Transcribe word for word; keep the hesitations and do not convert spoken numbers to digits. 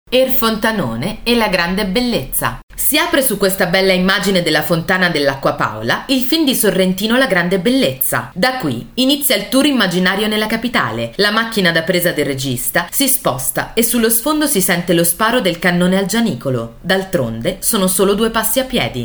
Er Fontanone e la grande bellezza. Si apre su questa bella immagine della fontana dell'Acqua Paola il film di Sorrentino La grande bellezza. Da qui inizia il tour immaginario nella capitale. La macchina da presa del regista si sposta e sullo sfondo si sente lo sparo del cannone al Gianicolo. D'altronde sono solo due passi a piedi.